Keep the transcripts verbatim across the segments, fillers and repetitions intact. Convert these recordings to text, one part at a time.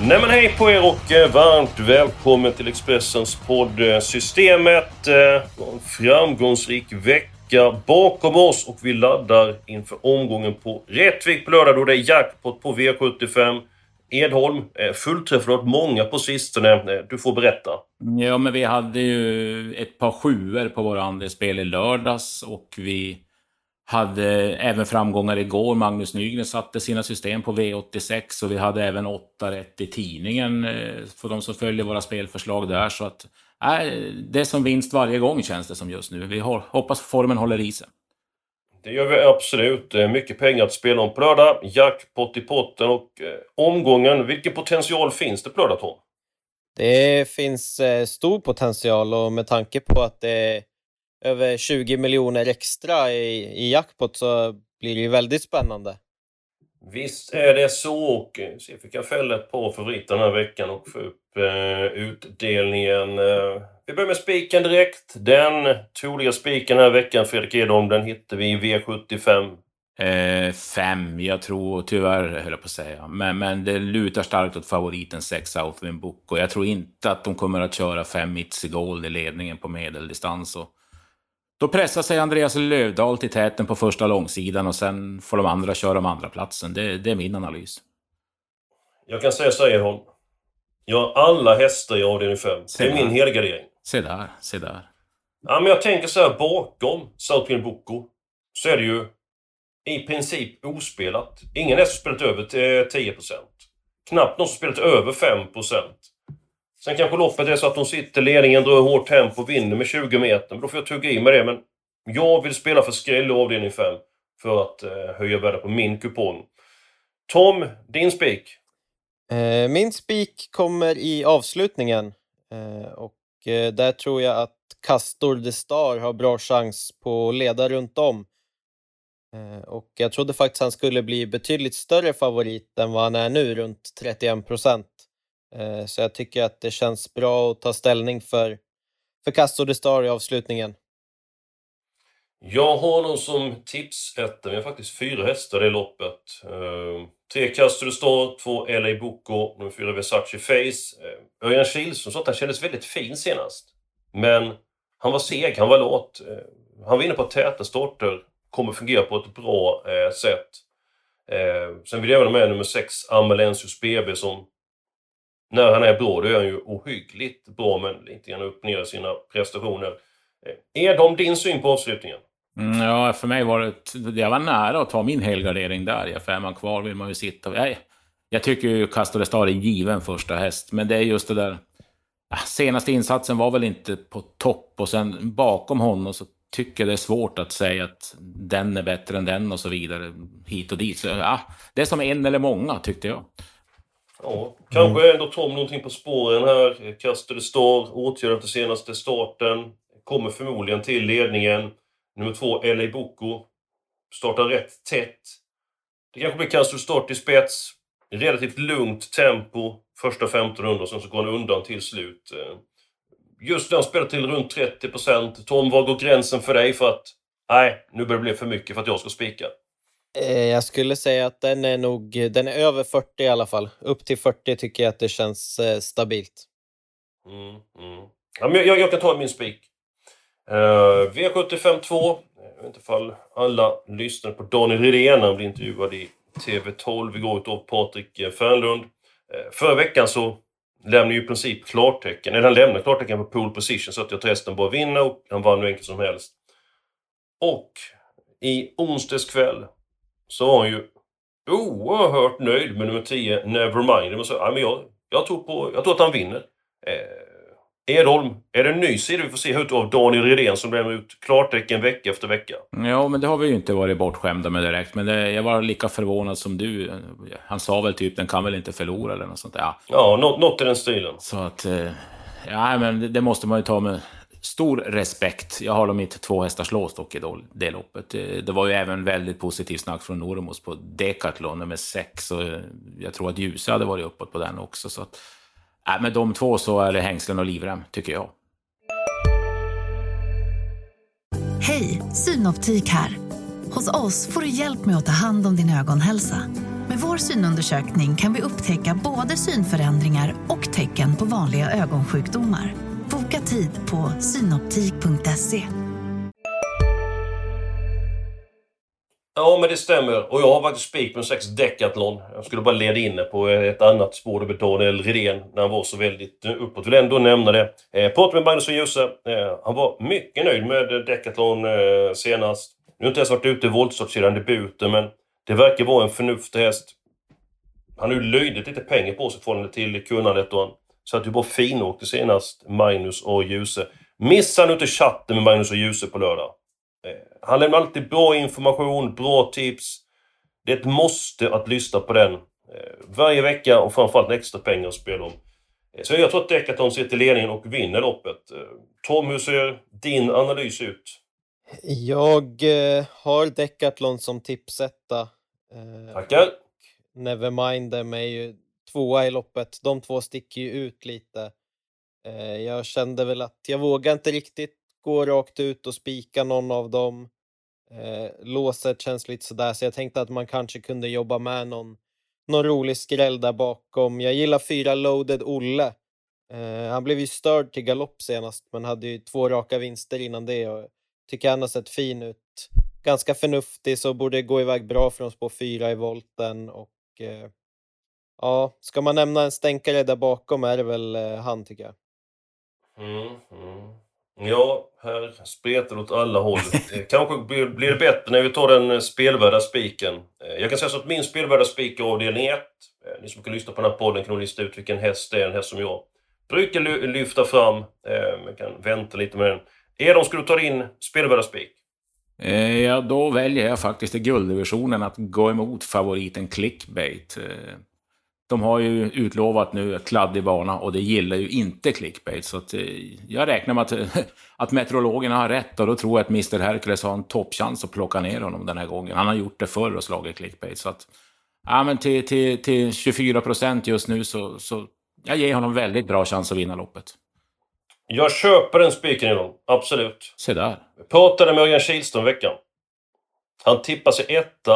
Nej men hej på er och varmt välkommen till Expressens podd Systemet. En framgångsrik vecka bakom oss och vi laddar inför omgången på Rättvik på lördag då det är jackpot på V sjuttiofem. Edholm, fullträffat många på sistone. Du får berätta. Ja, men vi hade ju ett par sjuor på våra andelsspel i lördags och vi hade även framgångar igår. Magnus Nygren satte sina system på V åttiosex och vi hade även åtta rätt i tidningen för de som följer våra spelförslag där. Så att äh, det är som vinst varje gång känns det som just nu. Vi hoppas formen håller i sig. Det gör vi absolut. Mycket pengar att spela om på lördag. Jackpot i potten och eh, omgången. Vilken potential finns det på lördag, Tom? Det finns eh, stor potential och med tanke på att det är över tjugo miljoner extra i, i jackpot så blir det ju väldigt spännande. Visst är det så och se fick jag fälla ett par favoriter den här veckan och få upp eh, utdelningen. Eh, vi börjar med spiken direkt. Den troliga spiken den här veckan, Fredrik Edholm, den hittar vi i V sjuttiofem. Eh, fem, jag tror tyvärr höll jag på att säga. Men, men det lutar starkt åt favoriten sex Southwind Book och jag tror inte att de kommer att köra fem Mitzi Gold i ledningen på medeldistans och då pressar sig Andreas Lövdahl till täten på första långsidan och sen får de andra köra om andra platsen. Det, det är min analys. Jag kan säga så här, Edholm. Jag har alla hästar i avdelning fem. Det är min helgardering. Se där, se där. Ja, men jag tänker så här, bakom Southwind Boko så är det ju i princip ospelat. Ingen häst som spelat över tio procent. Knappt någon som spelat över fem procent. Sen kanske loppet är så att de sitter ledningen, drar hårt tempo och vinner med tjugo meter. Men då får jag tugga i med det. Men jag vill spela för skräll i avdelning fem för att eh, höja värde på min kupong. Tom, din spik? Eh, min spik kommer i avslutningen. Eh, och eh, där tror jag att Castor de Star har bra chans på att leda runt om. Eh, och jag trodde faktiskt han skulle bli betydligt större favorit än vad han är nu, runt trettioen procent. Så jag tycker att det känns bra att ta ställning för, för Castor de Star i avslutningen. Jag har någon som tips ett. Vi har faktiskt fyra hästar i loppet. Uh, tre Castor de Star, två L A Boko, nummer fyra Versace Face. Uh, Örjan Kihlström sa att han kändes väldigt fin senast. Men han var seg, han var lat. Uh, han var inne på att täta starter kommer fungera på ett bra uh, sätt. Uh, sen vill jag även med nummer sex Amalensius B B som när han är bra, då är han ju ohyggligt bra men lite grann upp ner i sina prestationer. Är de din syn på avslutningen? Mm, ja, för mig var det... Jag var nära att ta min helgardering där. Jag är man kvar vill man ju sitta... Nej, jag tycker ju Castor de Star är given första häst. Men det är just det där... Senaste insatsen var väl inte på topp. Och sen bakom honom så tycker jag det är svårt att säga att den är bättre än den och så vidare. Hit och dit. Så, ja, det är som en eller många tyckte jag. Ja, kanske ändå Tom någonting på spåren här. Castor de Star, åtgärder till senaste starten. Kommer förmodligen till ledningen. Nummer två, L A Boko. Startar rätt tätt. Det kanske blir Castor de Star till spets. Relativt lugnt tempo. Första femton hundra, sen så går han undan till slut. Just den spelar till runt trettio procent. Tom, vad går gränsen för dig för att... Nej, nu börjar det bli för mycket för att jag ska spika. Jag skulle säga att den är nog den är över fyrtio i alla fall. Upp till fyrtio tycker jag att det känns eh, stabilt. Mm, mm. Ja, men jag, jag kan ta min spik. Uh, V sjuttiofem två. Jag vet inte ifall alla lyssnar på Daniel Redén. Han blir intervjuad i T V tolv igår utav Patrik Fernlund. Uh, förra veckan så lämnade ju i princip klartecken. Eller han lämnade klartecken på pole position så att jag till hästen bara vinna och han vann nu enkelt som helst. Och i onsdags kväll så var han ju oerhört nöjd med nummer tio, Nevermind. Jag, ja, men jag, jag, tror på, jag tror att han vinner. Eh, Edholm, är det en ny sida vi får se ut av Daniel Redén som lämnar ut klartecken vecka efter vecka? Ja, men det har vi ju inte varit bortskämda med direkt. Men det, jag var lika förvånad som du. Han sa väl typ, den kan väl inte förlora eller något sånt. Ja, ja något, något i den stilen. Så att, ja, men det, det måste man ju ta med stor respekt. Jag har mitt två hästars låstock i det loppet. Det var ju även väldigt positivt snack från Normos på Decathlon nummer sex. Och jag tror att Ljuse hade varit uppåt på den också. Så att, äh, med de två så är det hängslen och livrem, tycker jag. Hej, Synoptik här. Hos oss får du hjälp med att ta hand om din ögonhälsa. Med vår synundersökning kan vi upptäcka både synförändringar och tecken på vanliga ögonsjukdomar. Boka tid på synoptik punkt se. Ja, men det stämmer. Och jag har faktiskt spik med sex Decathlon. Jag skulle bara leda in på ett annat spår med Daniel Redén när han var så väldigt uppåt. Vill ändå nämna det. Eh, pratade med Magnus och Djuse. Eh, han var mycket nöjd med Decathlon eh, senast. Nu har inte ens varit ute i voltstart sedan debuten, men det verkar vara en förnuftig häst. Han har ju löjligt lite pengar på sig förhållande till kunnandet, och han så att du bara finåkte senast, Magnus och Djuse. Missa nu inte chatten med Magnus och Djuse på lördag. Han lämnar alltid bra information, bra tips. Det är ett måste att lyssna på den varje vecka, och framförallt extra pengar att spela om. Så jag tror att Decathlon sitter i ledningen och vinner loppet. Tom, hur ser din analys ut? Jag eh, har Decathlon som tipsetta. Eh, Tackar. Nevermind dem är ju tvåa i loppet. De två sticker ju ut lite. Eh, jag kände väl att jag vågar inte riktigt gå rakt ut och spika någon av dem. Eh, låset känns lite sådär, så jag tänkte att man kanske kunde jobba med någon, någon rolig skräll där bakom. Jag gillar fyra Loaded Olle. Eh, han blev ju störd till galopp senast, men hade ju två raka vinster innan det, och tycker han har sett fin ut. Ganska förnuftig, så borde gå iväg bra från spår fyra i volten. Och eh, ja, ska man nämna en stänkare där bakom är det väl eh, han, tycker jag. Mm, mm. Ja, här spretar åt alla håll. Kanske blir det bättre när vi tar den spelvärda spiken. Jag kan säga så att min spelvärda spik är avdelning ett. Ni som kan lyssna på den här podden kan lista ut vilken häst det är, en häst som jag brukar lyfta fram. Man kan vänta lite med den. Edon, skulle du ta in spelvärda spik? Ja, då väljer jag faktiskt i gulddivisionen att gå emot favoriten Clickbait. De har ju utlovat nu ett kladdig bana, och det gillar ju inte Clickbait. Så att, jag räknar med att, att meteorologerna har rätt, och då tror jag att mister Hercules har en toppchans att plocka ner honom den här gången. Han har gjort det förr och slagit Clickbait. Så att, ja, men till, till, till tjugofyra procent just nu så, så jag ger honom väldigt bra chans att vinna loppet. Jag köper den spiken i dem, absolut. Se där. Jag pratade med Örjan Kihlström veckan. Han tippar sig etta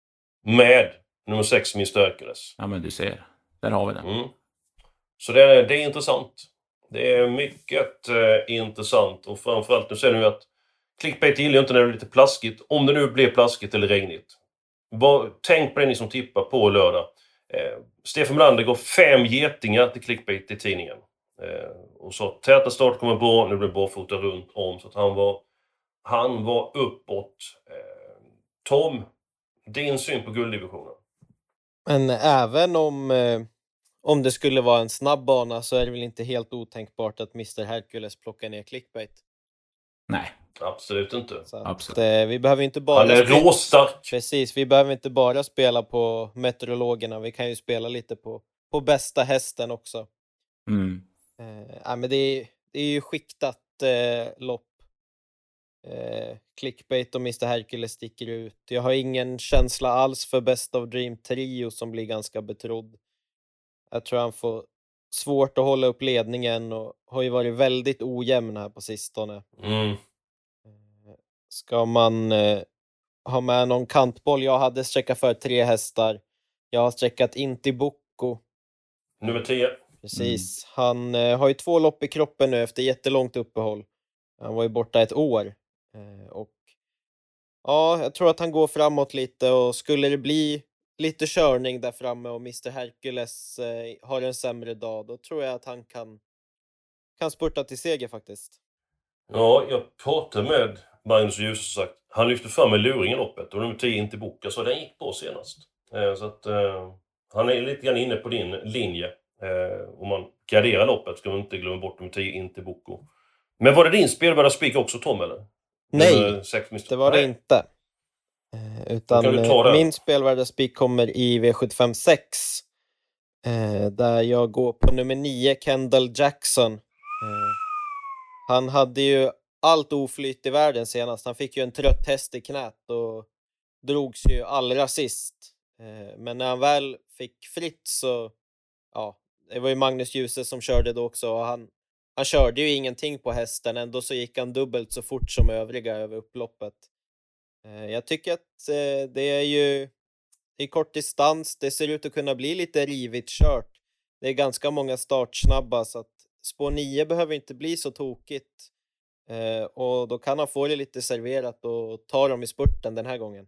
med nummer sex, mister Hercules. Ja, men du ser. Där har vi den. Mm. Så det är, det är intressant. Det är mycket eh, intressant. Och framförallt, nu ser ni att Clickbait gillar inte när det är lite plaskigt. Om det nu blir plaskigt eller regnigt. Bara, tänk på det ni som tippar på lördag. Eh, Stefan Melander går fem getingar till Clickbait i tidningen. Eh, och så täta start kommer bra. Nu blir det barfota runt om. Så att han var, han var uppåt. Eh, Tom, din syn på gulddivisionen? Men även om, eh, om det skulle vara en snabb bana, så är det väl inte helt otänkbart att mister Hercules plockar ner Clickbait. Nej. Absolut inte. Så att, Absolut. eh, vi behöver inte bara Han är spela- råstark. Precis, vi behöver inte bara spela på meteorologerna. Vi kan ju spela lite på, på bästa hästen också. Mm. Eh, ja, men det, är, det är ju skiktat eh, lopp. Eh, Clickbait och mister Hercules sticker ut. Jag har ingen känsla alls för Best of Dream Trio, som blir ganska betrodd. Jag tror han får svårt att hålla upp ledningen, och har ju varit väldigt ojämn här på sistone. Mm. Ska man eh, ha med någon kantboll? Jag hade sträckat för tre hästar. Jag har sträckat Inti Bocco. Nummer tio. Precis. Mm. Han eh, har ju två lopp i kroppen nu efter jättelångt uppehåll. Han var ju borta ett år. Eh, och ja, jag tror att han går framåt lite, och skulle det bli lite körning där framme och mister Hercules eh, har en sämre dag, då tror jag att han kan, kan spurta till seger faktiskt. Ja, jag pratade med Magnus och Djuse, sagt. Han lyfte fram med luringen loppet, och nummer tio inte boka, så den gick på senast. Eh, så att eh, han är lite grann inne på din linje. Eh, om man garderar loppet ska man inte glömma bort nummer tio inte boka. Men var det din spelvärda spik också, Tom, eller? Nej, sex, det var Nej. det inte. Eh, utan eh, min spelvärda spik kommer i V sjuttiofem sex. Eh, där jag går på nummer nio, Kendall Jackson. Eh, han hade ju allt oflyt i världen senast. Han fick ju en trött häst i knät och drogs ju allra sist. Eh, men när han väl fick fritt så, ja, det var ju Magnus Djuse som körde då också. Och han, han körde ju ingenting på hästen, ändå så gick han dubbelt så fort som övriga över upploppet. Eh, jag tycker att eh, det är ju det i kort distans. Det ser ut att kunna bli lite rivigt kört. Det är ganska många startsnabba, så att spår nio behöver inte bli så tokigt. Eh, och då kan han få det lite serverat och ta dem i spurten den här gången.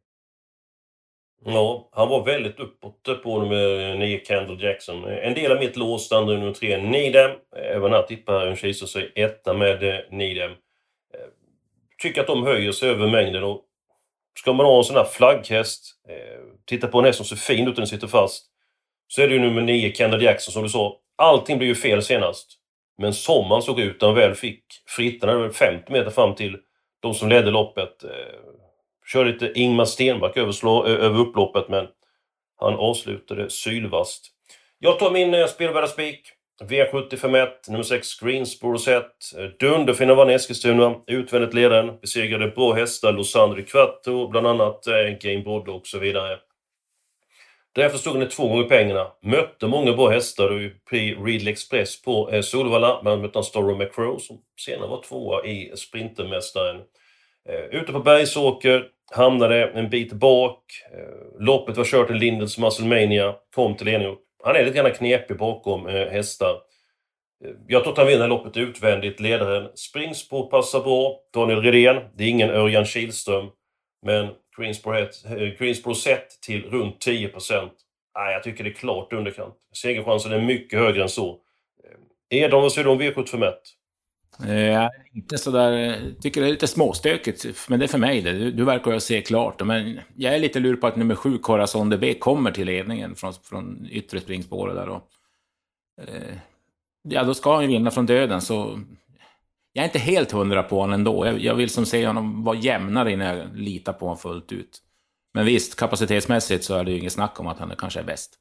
Ja, han var väldigt uppåt på nummer nio Kendall Jackson. En del av mitt lås, andra nummer tre Needham. Även här tippar en kisar sig etta med Needham. Tycker att de höjer sig över mängden. Och ska man ha en sån här flagghäst, titta på en häst som ser fin ut och den sitter fast, så är det ju nummer nio Kendall Jackson som du sa. Allting blev ju fel senast. Men som han såg ut, han väl fick frittarna femtio meter fram till de som ledde loppet. Kör lite Ingmar Stenmark över, slå, över upploppet, men han avslutade sylvast. Jag tar min spelvärda spik. V sjuttiofem ett, nummer sex Greensboro set. Dunderfinna vann Eskilstuna. Utvändigt ledaren. Besegrade bra hästar. Losandro Quattro, bland annat eh, Game Brodde och så vidare. Därefter stod han två gånger pengarna. Mötte många bra hästar och Prix Ridley Express på eh, Solvalla. Men mötte han Storrow McCrow som senare var tvåa i Sprintermästaren. Eh, ute på Bergsåker. Hamnade en bit bak. Eh, loppet var kört i Lindens Musclemania. Kom till ledning. Han är lite grann knepig bakom eh, hästar. Eh, jag tror att han vinner loppet utvändigt. Ledaren springs på passar bra. Daniel Redén. Det är ingen Örjan Kihlström. Men Greensboro sett till runt tio procent. Nej, jag tycker det är klart underkant. Segerchansen är mycket högre än så. Är de, vad säger du om V sjuttiofem ett? Jag inte så där, tycker det är lite småstökigt, men det är för mig det. Du, du verkar ju se klart, men jag är lite lur på att nummer sju Corazon D B kommer till ledningen från, från yttre springspåret där. Och, eh, ja, då ska han ju vinna från döden, så jag är inte helt hundra på honom ändå. Jag, jag vill som se honom vara jämnare innan jag litar på honom fullt ut. Men visst, kapacitetsmässigt så är det ju inget snack om att han kanske är bäst.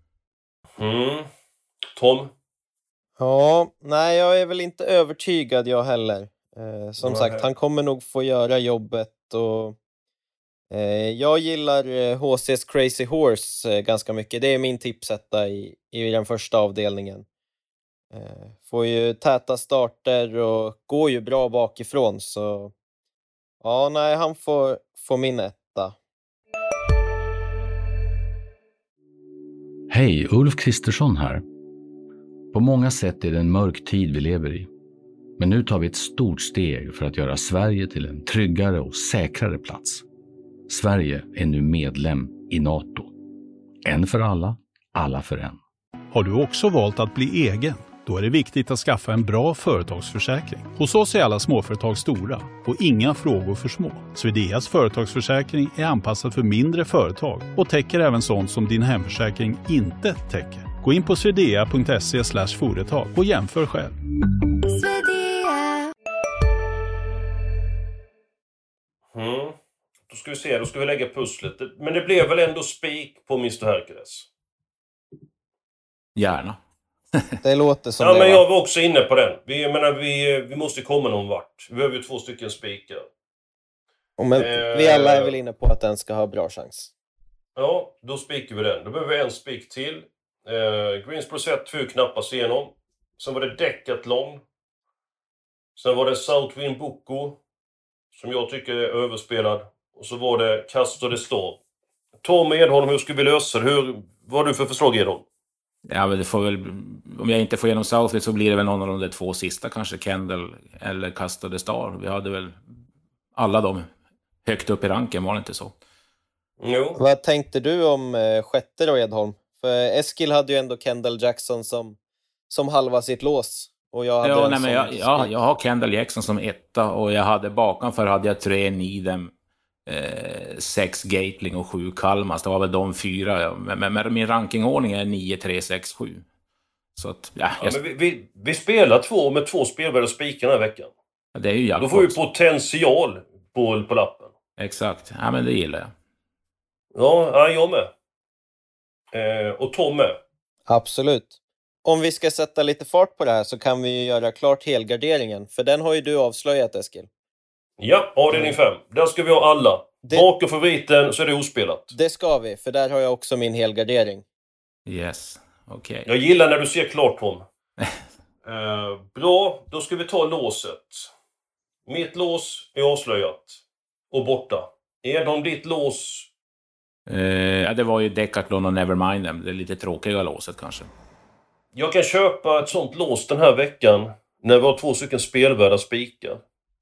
Mm. Tom? Ja, nej, jag är väl inte övertygad jag heller. Eh, som Nej. sagt, han kommer nog få göra jobbet. Och eh, jag gillar eh, H C:s Crazy Horse eh, ganska mycket. Det är min tipsetta i, i den första avdelningen. Eh, får ju täta starter och går ju bra bakifrån. Så ja, nej, han får, får min etta. Hej, Ulf Kristersson här. På många sätt är det en mörk tid vi lever i. Men nu tar vi ett stort steg för att göra Sverige till en tryggare och säkrare plats. Sverige är nu medlem i NATO. En för alla, alla för en. Har du också valt att bli egen? Då är det viktigt att skaffa en bra företagsförsäkring. Hos oss är alla småföretag stora och inga frågor för små. Swedeas företagsförsäkring är anpassad för mindre företag och täcker även sånt som din hemförsäkring inte täcker. Gå in på swedea punkt se slash företag och jämför själv. Mm. Då ska vi se, då ska vi lägga pusslet. Men det blev väl ändå spik på mister Hercules? Gärna. Det låter som ja, det. Men Va? jag var också inne på den. Vi, jag menar, vi, vi måste komma någon vart. Vi behöver ju två stycken spikar. Och men Eh, vi alla är väl inne på att den ska ha bra chans. Ja, då spikar vi den. Då behöver vi en spik till. Eh, Greensboro set två knappast igenom. Sen var det Decathlon. Sen var det Southwind Boko, som jag tycker är överspelad. Och så var det Castor de Star. Tom Edholm, hur ska vi lösa det? Hur, vad har du för förslag, Edholm? Ja, men det får väl, om jag inte får igenom Southwind så blir det väl någon av de där två sista, kanske Kendall eller Castor de Star. Vi hade väl alla de högt upp i ranken, var det inte så? Jo. Vad tänkte du om eh, sjätte då, Edholm? För Eskil hade ju ändå Kendall Jackson som, som halva sitt lås. Och jag hade Ja, en nej, men som jag, ja, jag har Kendall Jackson som etta och jag hade bakanför hade jag tre Needham, eh, sex Gatling och sju Kalmas. Det var väl de fyra. Ja. Men, men, men min rankingordning är nio, tre, sex, sju. Så att, ja, Ja, jag, men vi, vi, vi spelar två med två spelvärda spikar den här veckan. det är ju Då får vi potential på, på lappen. Exakt, ja, men det gillar jag. Ja, ja jag med. Eh, och Tom med. Absolut. Om vi ska sätta lite fart på det här så kan vi ju göra klart helgarderingen. För den har ju du avslöjat, Eskil. Ja, avdelning fem. Där ska vi ha alla. Det- Bak och favoriten så är det ospelat. Det ska vi, för där har jag också min helgardering. Yes, okej. Okay. Jag gillar när du ser klart, Tom. eh, bra, då ska vi ta låset. Mitt lås är avslöjat. Och borta. Är de ditt lås? Eh, ja, det var ju Decathlon och Nevermind them. Det är lite tråkiga låset kanske. Jag kan köpa ett sånt lås den här veckan när vi har två stycken spelvärda spikar.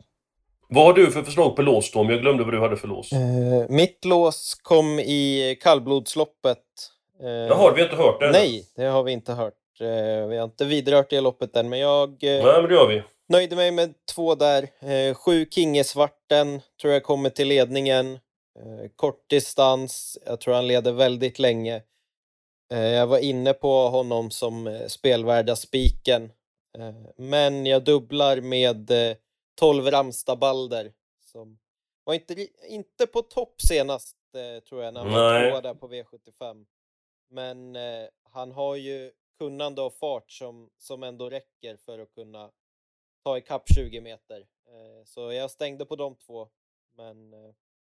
Vad har du för förslag på lås, Tom? Jag glömde vad du hade för lås. Eh, mitt lås kom i kallblodsloppet. Eh, Jaha, vi har inte hört det. Nej, det har vi inte hört. Eh, vi har inte vidrört det loppet än, men jag eh, Nej, men det gör vi. nöjde mig med två där. Eh, sju Kingesvarten tror jag kommer till ledningen. Eh, kort distans, jag tror han leder väldigt länge. Eh, jag var inne på honom som eh, spelvärda spiken. Eh, men jag dubblar med eh, tolv Ramstabalder som var inte, inte på topp senast eh, tror jag när han var tvåa där på V sjuttiofem. Men eh, han har ju kunnande och fart som, som ändå räcker för att kunna ta ikapp tjugo meter. Eh, så jag stängde på de två. Men eh,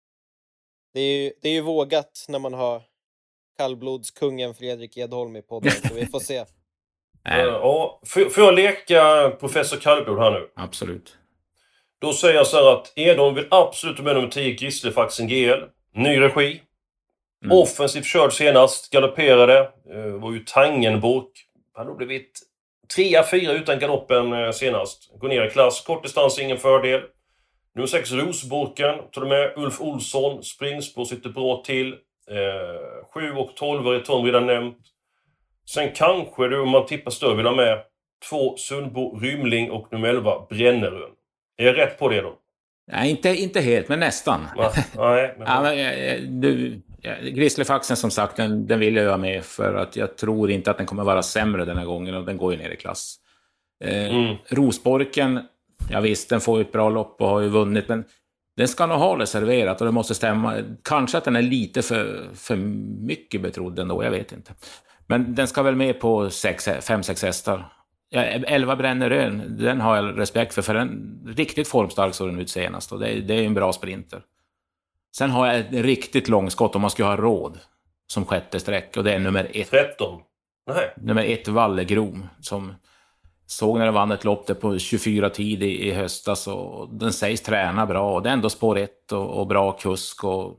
det är ju, det är ju vågat när man har kallblodskungen Fredrik Edholm i podden, så vi får se. Äh, Ja, får, får jag leka professor Kallblod här nu? absolut. Då säger jag så här att Edholm vill absolut med nummer tio Gislefaxen G L. Ny regi. Mm. Offensivt körd senast. Galopperade. Uh, var ju Tangenburg. Han har blivit tre fyra utan galoppen uh, senast. Går ner i klass. Kort distans, ingen fördel. Nummer sex Rosburken. Tar du med Ulf Olsson. Springspår sitter bra till. Uh, sju och tolv är Tom redan nämnt. Sen kanske du, om man tippar större, vill ha med två Sundbo Rymling och nummer elva Brännerön. Är jag rätt på det då? Nej, inte, inte helt, men nästan. Va? Nej, men... Ja, men, eh, du, ja, Grizzlyfaxen som sagt, den, den vill jag ha med för att jag tror inte att den kommer vara sämre den här gången och den går ju ner i klass. Eh, Mm. Rosborken, ja visst, den får ju ett bra lopp och har ju vunnit, men den ska nog ha reserverat och det måste stämma. Kanske att den är lite för, för mycket betrodd ändå, jag vet inte. Men den ska väl med på fem sex hästar. Ja, elva Brännerön, den har jag respekt för, för den riktigt formstark så den ut senast och det, det är en bra sprinter. Sen har jag ett riktigt långskott om man ska ha råd som sjätte sträck och det är nummer ett. tretton. Nej. Nummer ett Vallegrom som såg när det vann ett lopp där på tjugofyra tid i, i höstas och den sägs träna bra och det är ändå spår ett och, och bra kusk och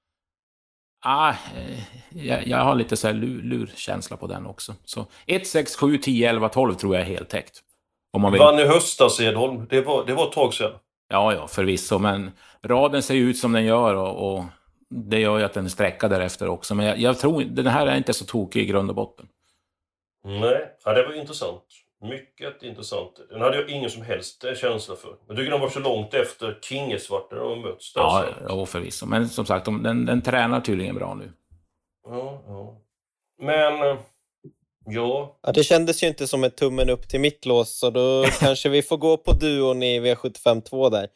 ah, jag, jag har lite så här lur, lurkänsla på den också. Så ett, sex, sju, tio, elva, tolv tror jag är helt täckt. Om man vill. Vann i höstas, Edholm. Det var, det var ett tag sedan. Ja, ja, förvisso. Men raden ser ut som den gör och, och det gör ju att den är sträckad därefter också. Men jag, jag tror den här är inte så tokig i grund och botten. Nej, ja, det var intressant. Mycket intressant. Den hade jag ingen som helst känsla för. Jag tycker de var så långt efter Kingesvart när de möts. Där, ja, så. ja, förvisso. Men som sagt, de, den, den tränar tydligen bra nu. Ja, ja. Men, ja. Ja, det kändes ju inte som ett tummen upp till mitt lås, så då kanske vi får gå på duon i V sjuttiofem två där.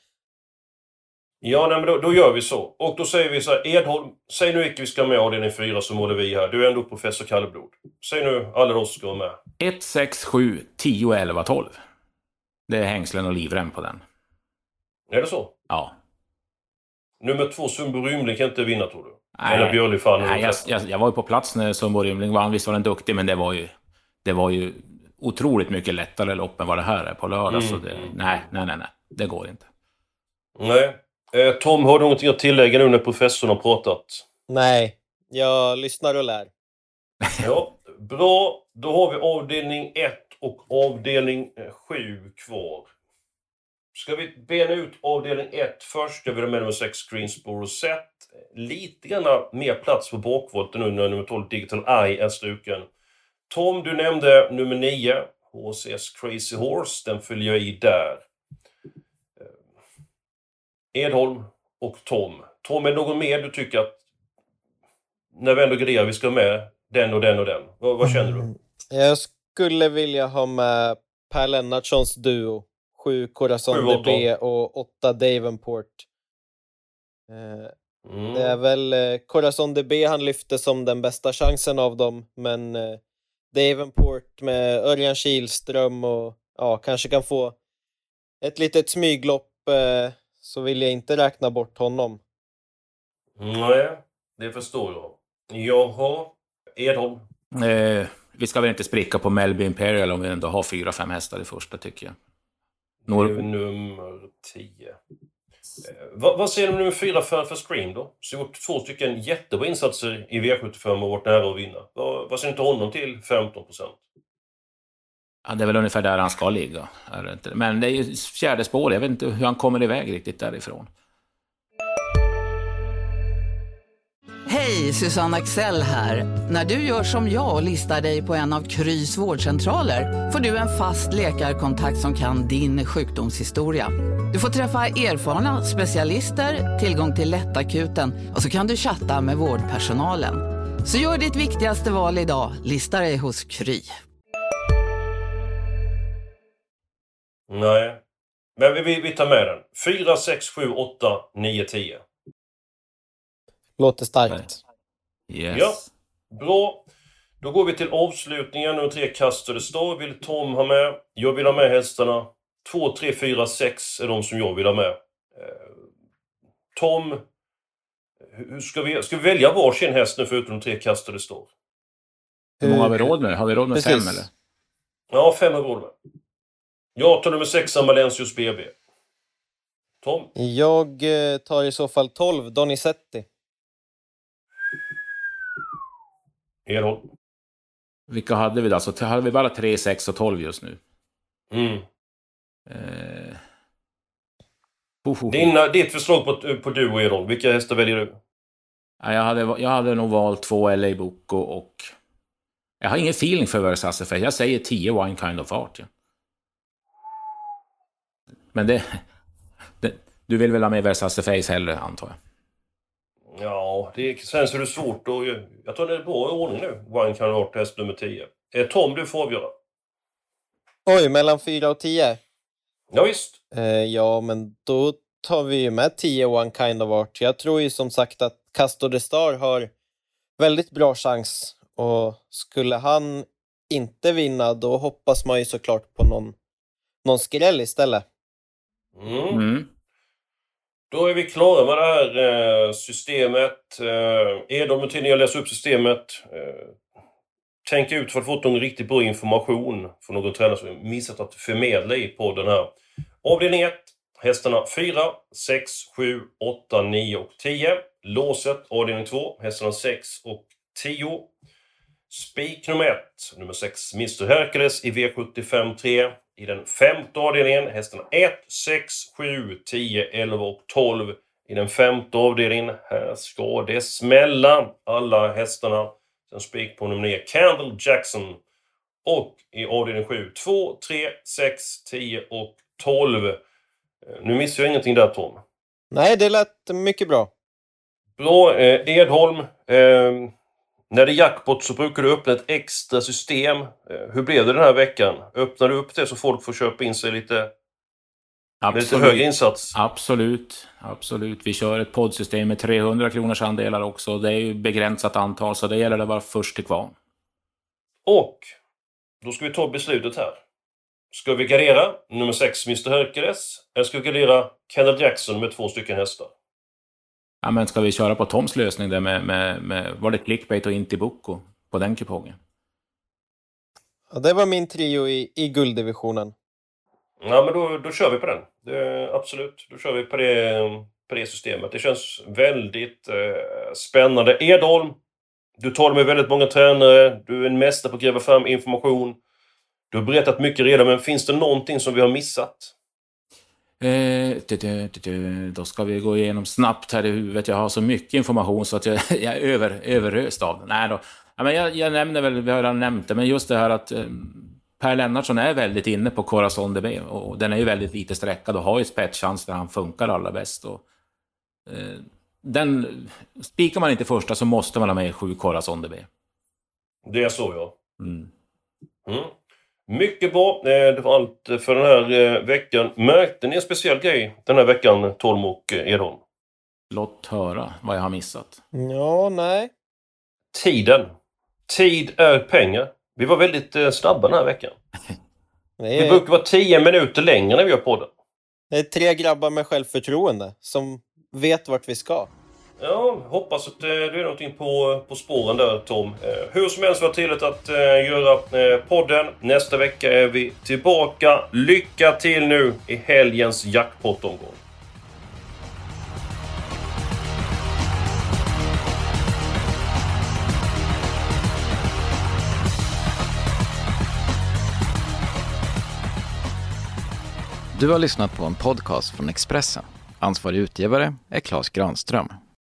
Ja, nej, men då, då gör vi så. Och då säger vi så här, Edholm, säg nu inte vi ska med avdelning fyra som målar vi här. Du är ändå professor Kallblod. Säg nu alla de ska med. ett, sex, sju, tio, elva, tolv. Det är hängslen och livrem på den. Är det så? Ja. Nummer två, Sundbo Rymling kan inte vinna, tror du? Nej, Eller Björli fan. nej jag, jag, jag var ju på plats när Sundbo Rymling vann. Visst var den duktig, men det var ju, det var ju otroligt mycket lättare lopp än vad det här är på lördag. Mm. Så det, nej, nej, nej, nej. Det går inte. Nej. Eh, Tom, har du någonting att tillägga nu när professorn har pratat? Nej, jag lyssnar och lär. Ja, bra. Då har vi avdelning ett och avdelning sju kvar. Ska vi bena ut avdelning ett först? Jag vill ha med nummer sex Greensboro Set. Lite grann mer plats på bakvolten nu när nummer tolv Digital Eye är struken. Tom, du nämnde nummer nio H C S Crazy Horse. Den följer jag i där. Edholm och Tom. Tom, är det någon mer du tycker att när vi ändå grejer vi ska med den och den och den? Vad, vad känner du? Jag skulle vilja ha med Per Lennartssons duo. Sju Corazon D B och åtta Davenport. Eh, Mm. Det är väl eh, Corazon D B han lyfte som den bästa chansen av dem. Men eh, Davenport med Örjan Kihlström och ja, kanske kan få ett litet smyglopp, eh, så vill jag inte räkna bort honom. Nej, det förstår jag. Jaha, Edholm. Eh, vi ska väl inte spricka på Melby Imperial om vi ändå har fyra, fem hästar i första, tycker jag. Det är nummer tio. Vad, vad säger du nummer fyra för, för Scream då? Så gjort två stycken jättebra insatser i V sjuttiofem och varit nära att vinna. Vad, vad säger du inte honom till femton procent? Ja, det är väl ungefär där han ska ligga. Är det inte? Men det är ju fjärde spår. Jag vet inte hur han kommer iväg riktigt därifrån. Hej, Susanne Axel här. När du gör som jag och listar dig på en av Krys vårdcentraler får du en fast läkarkontakt som kan din sjukdomshistoria. Du får träffa erfarna specialister, tillgång till lättakuten och så kan du chatta med vårdpersonalen. Så gör ditt viktigaste val idag, lista dig hos Kry. Nej, men vi, vi, vi tar med den. fyra, sex, sju, åtta, nio, tio. Låter starkt. Yes. Ja, bra. Då går vi till avslutningen. Nummer tre, Castor de Star vill Tom ha med. Jag vill ha med hästarna. två, tre, fyra, sex är de som jag vill ha med. Eh, Tom, hur ska vi, ska vi välja varsin häst nu förutom de tre Castor de Star? Hur många har vi råd med? Har vi råd med Precis. fem eller? Ja, fem har vi råd med. Jag tar nummer sex, Amalensius B B. Tom? Jag eh, tar i så fall tolv, Donizetti. Edholm? Vilka hade vi då? Så hade vi bara tre, sex och tolv just nu. Mm. Eh... Ho, ho, ho. Dina, ditt förslag på, på du och Edholm, vilka hästar väljer du? Ja, jag, hade, jag hade nog valt två L A Boko och... Jag har ingen feeling för Versace för jag säger tio Wine Kind of Art. Ja. Men det, det... Du vill väl ha med Versace Face hellre, antar jag? Ja, det känns det svårt. Och jag tror det är bra i ordning nu. Wine Kind of Art, häst nummer tio. Eh, Tom, du får avgöra. Oj, mellan fyra och tio. Ja, visst. Eh, ja, men då tar vi ju med tio One Kind of Art. Jag tror ju som sagt att Castor de Star har väldigt bra chans. Och skulle han inte vinna, då hoppas man ju såklart på någon, någon skräll istället. Mm. Mm. Då är vi klara med det här eh, systemet. Eh, Edholm, till när jag läser upp systemet. Eh, tänk ut för att få någon riktigt bra information från någon tränare som missat att förmedla i podden här. Avdelning ett. Hästarna fyra, sex, sju, åtta, nio och tio. Låset avdelning två. Hästarna sex och tio. Spik nummer ett. Nummer sex. mister Hercules i V sjuttiofem tre. I den femte avdelningen. Hästarna ett, sex, sju, tio, elva och tolv. I den femte avdelningen. Här ska det smälla. Alla hästarna. Sen spik på nummer nio. Candle Jackson. Och i avdelning sju. två, tre, sex, tio och tolv. Nu missar jag ingenting där, Tom. Nej, det lät mycket bra. Bra, eh, Edholm. Eh, när det är jackpot så brukar du öppna ett extra system. Eh, hur blev det den här veckan? Öppnar du upp det så folk får köpa in sig lite, med lite högre insats? Absolut, absolut. Vi kör ett poddsystem med trehundra kronors andelar också. Det är ju begränsat antal, så det gäller att vara först till kvarn. Och då ska vi ta beslutet här. Ska vi gardera nummer sex, mister Hercules? Eller ska vi gardera Candle Jackson med två stycken hästar? Ja, men ska vi köra på Toms lösning där med, med, med var det clickbait och inte Boko på den kupongen? Ja, det var min trio i, i gulddivisionen. Ja, men då, då kör vi på den. Det, absolut, då kör vi på det, på det systemet. Det känns väldigt eh, spännande. Edholm, du talar med väldigt många tränare. Du är en mästare på att gräva fram information. Du har berättat mycket redan, men finns det någonting som vi har missat? Eh, då ska vi gå igenom snabbt här i huvudet. Jag har så mycket information så att jag, jag är över, överröst av den. Nej då. Ja, men jag, jag nämner väl, vi har redan nämnt det, men just det här att eh, Per Lennartsson är väldigt inne på Corazon de B och den är ju väldigt lite sträckad och har ju spetschans där han funkar allra bäst. Och, eh, den, spikar man inte första så måste man ha med sju Corazon de B. Det är så, ja. Mm. Mm. Mycket bra. Det var allt för den här veckan. Märkte ni en speciell grej den här veckan, Tom och Edholm? Låt höra vad jag har missat. Ja, nej. Tiden. Tid är pengar. Vi var väldigt snabba den här veckan. Det Vi är, brukar vara tio minuter längre när vi gör podden. det är tre grabbar med självförtroende som vet vart vi ska. Ja, hoppas att eh, du är någonting på, på spåren där, Tom. Eh, hur som helst var det tillräckligt att eh, göra eh, podden. Nästa vecka är vi tillbaka. Lycka till nu i helgens jackpot-omgång. Du har lyssnat på en podcast från Expressen. Ansvarig utgivare är Claes Granström.